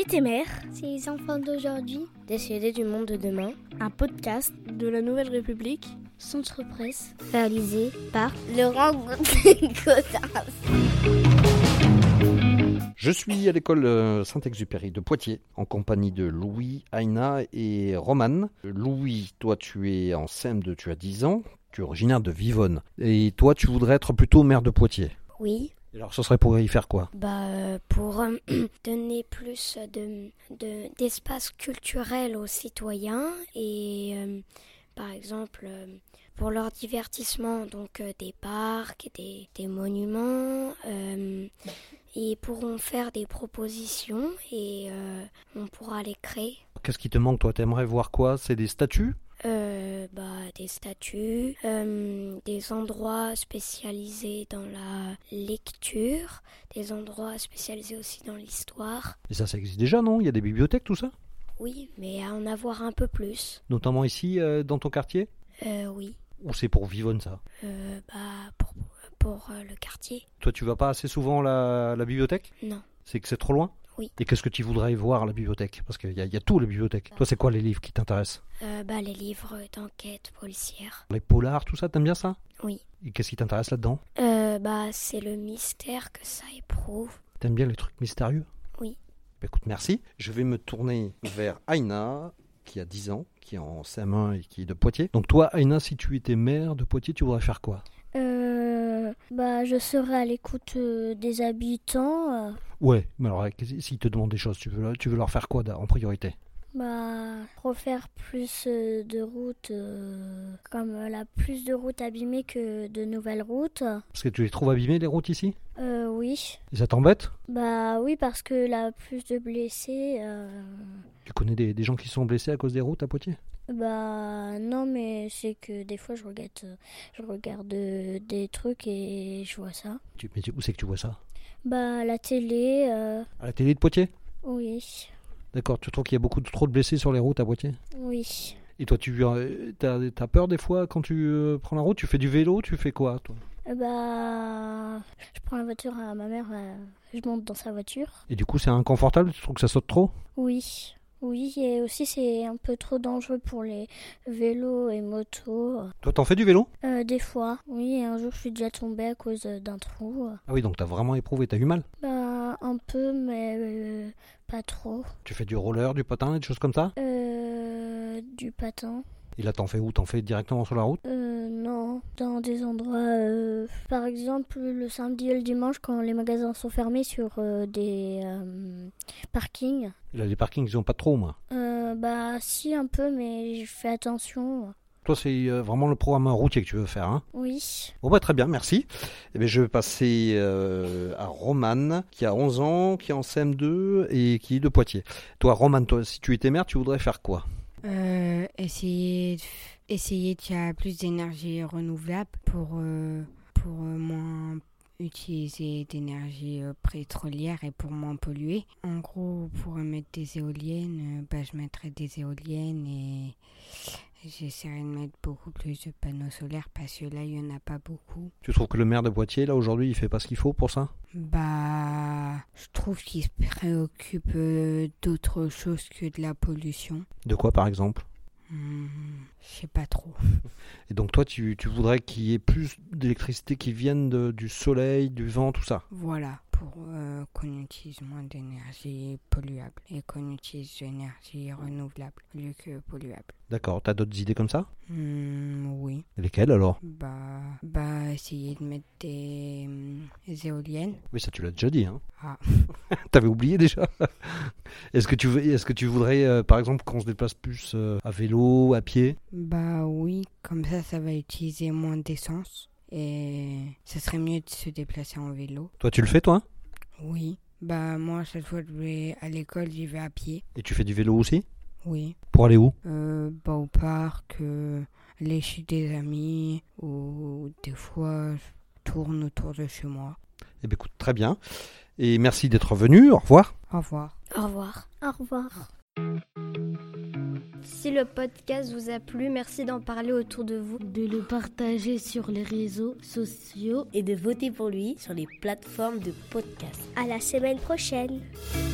Téméraire, c'est les enfants d'aujourd'hui. Décédés du monde de demain. Un podcast de la Nouvelle République. Centre Presse. Réalisé par Laurent Gaudin. Je suis à l'école Saint-Exupéry de Poitiers, en compagnie de Louis, Aïna et Romane. Louis, toi tu es en CM2, tu as 10 ans, tu es originaire de Vivonne. Et toi tu voudrais être plutôt maire de Poitiers. Oui. Alors ce serait pour y faire quoi ? Pour donner plus d'espace culturel aux citoyens et par exemple pour leur divertissement, donc des parcs, des monuments. Ils pourront faire des propositions et on pourra les créer. Qu'est-ce qui te manque toi ? T'aimerais voir quoi ? C'est des statues ? Des statues, des endroits spécialisés dans la lecture, des endroits spécialisés aussi dans l'histoire. Et ça existe déjà, non ? Il y a des bibliothèques, tout ça ? Oui, mais à en avoir un peu plus. Notamment ici, dans ton quartier ? Oui. Ou c'est pour Vivonne, ça ? Pour le quartier. Toi, tu vas pas assez souvent à la bibliothèque ? Non. C'est que c'est trop loin ? Oui. Et qu'est-ce que tu voudrais voir à la bibliothèque ? Parce qu'il y a tout, la bibliothèque. Toi, c'est quoi les livres qui t'intéressent ? Les livres d'enquête policière. Les polars, tout ça, t'aimes bien ça ? Oui. Et qu'est-ce qui t'intéresse là-dedans ? C'est le mystère que ça éprouve. T'aimes bien les trucs mystérieux ? Oui. Écoute, merci. Je vais me tourner vers Aïna, qui a 10 ans, qui est en CM1 et qui est de Poitiers. Donc toi, Aïna, si tu étais maire de Poitiers, tu voudrais faire quoi ? Je serais à l'écoute des habitants. Ouais, mais alors s'ils te demandent des choses, tu veux leur faire quoi en priorité ? Refaire plus de routes, plus de routes abîmées que de nouvelles routes. Parce que tu les trouves abîmées, les routes ici ? Oui. Et ça t'embête ? Oui, parce que là, plus de blessés. Tu connais des gens qui sont blessés à cause des routes à Poitiers ? Non, mais c'est que des fois je regarde des trucs et je vois ça. Mais où c'est que tu vois ça ? À la télé. À la télé de Poitiers ? Oui. D'accord, tu trouves qu'il y a trop de blessés sur les routes à Poitiers ? Oui. Et toi, t'as peur des fois quand tu prends la route ? Tu fais du vélo ? Tu fais quoi, toi ? Je prends la voiture à ma mère, je monte dans sa voiture. Et du coup, c'est inconfortable ? Tu trouves que ça saute trop ? Oui. Oui, et aussi c'est un peu trop dangereux pour les vélos et motos. Toi, t'en fais du vélo ? Des fois, oui, et un jour je suis déjà tombée à cause d'un trou. Ah oui, donc t'as vraiment éprouvé, t'as eu mal ? Un peu, mais pas trop. Tu fais du roller, du patin, des choses comme ça ? Du patin. Et là, t'en fais où ? T'en fais directement sur la route ? Non, dans des endroits, par exemple le samedi et le dimanche quand les magasins sont fermés sur des parkings. Et là, les parkings, ils ont pas trop, moi. Si, un peu, mais je fais attention. Toi, c'est vraiment le programme routier que tu veux faire, hein ? Oui. Bon, très bien, merci. Eh bien, je vais passer à Romane, qui a 11 ans, qui est en CM2 et qui est de Poitiers. Toi, Romane, si tu étais maire, tu voudrais faire quoi ? Essayer de faire plus d'énergie renouvelable pour moins utiliser d'énergie pétrolière et pour moins polluer. En gros, pour mettre des éoliennes, je mettrais des éoliennes et j'essaierai de mettre beaucoup plus de panneaux solaires parce que là, il n'y en a pas beaucoup. Tu trouves que le maire de Poitiers, là, aujourd'hui, il fait pas ce qu'il faut pour ça ? Je trouve qu'il se préoccupe d'autre chose que de la pollution. De quoi, par exemple ? Je sais pas trop. Et donc toi, tu voudrais qu'il y ait plus d'électricité qui vienne du soleil, du vent, tout ça ? Voilà, pour qu'on utilise moins d'énergie polluable et qu'on utilise de l'énergie renouvelable au lieu que polluable. D'accord, t'as d'autres idées comme ça ? Oui. Et lesquelles alors ? Essayer de mettre des éoliennes. Oui, ça tu l'as déjà dit, hein. Ah. T'avais oublié déjà ? Est-ce que tu voudrais, par exemple, qu'on se déplace plus à vélo, à pied ? Oui, comme ça va utiliser moins d'essence et ça serait mieux de se déplacer en vélo. Toi, tu le fais, toi ? Oui. Moi, chaque fois que je vais à l'école, j'y vais à pied. Et tu fais du vélo aussi ? Oui. Pour aller où ? Au parc, aller chez des amis ou des fois, je tourne autour de chez moi. Eh bien, écoute, très bien. Et merci d'être venu. Au revoir. Au revoir. Au revoir. Au revoir. Si le podcast vous a plu, merci d'en parler autour de vous, de le partager sur les réseaux sociaux et de voter pour lui sur les plateformes de podcast. À la semaine prochaine.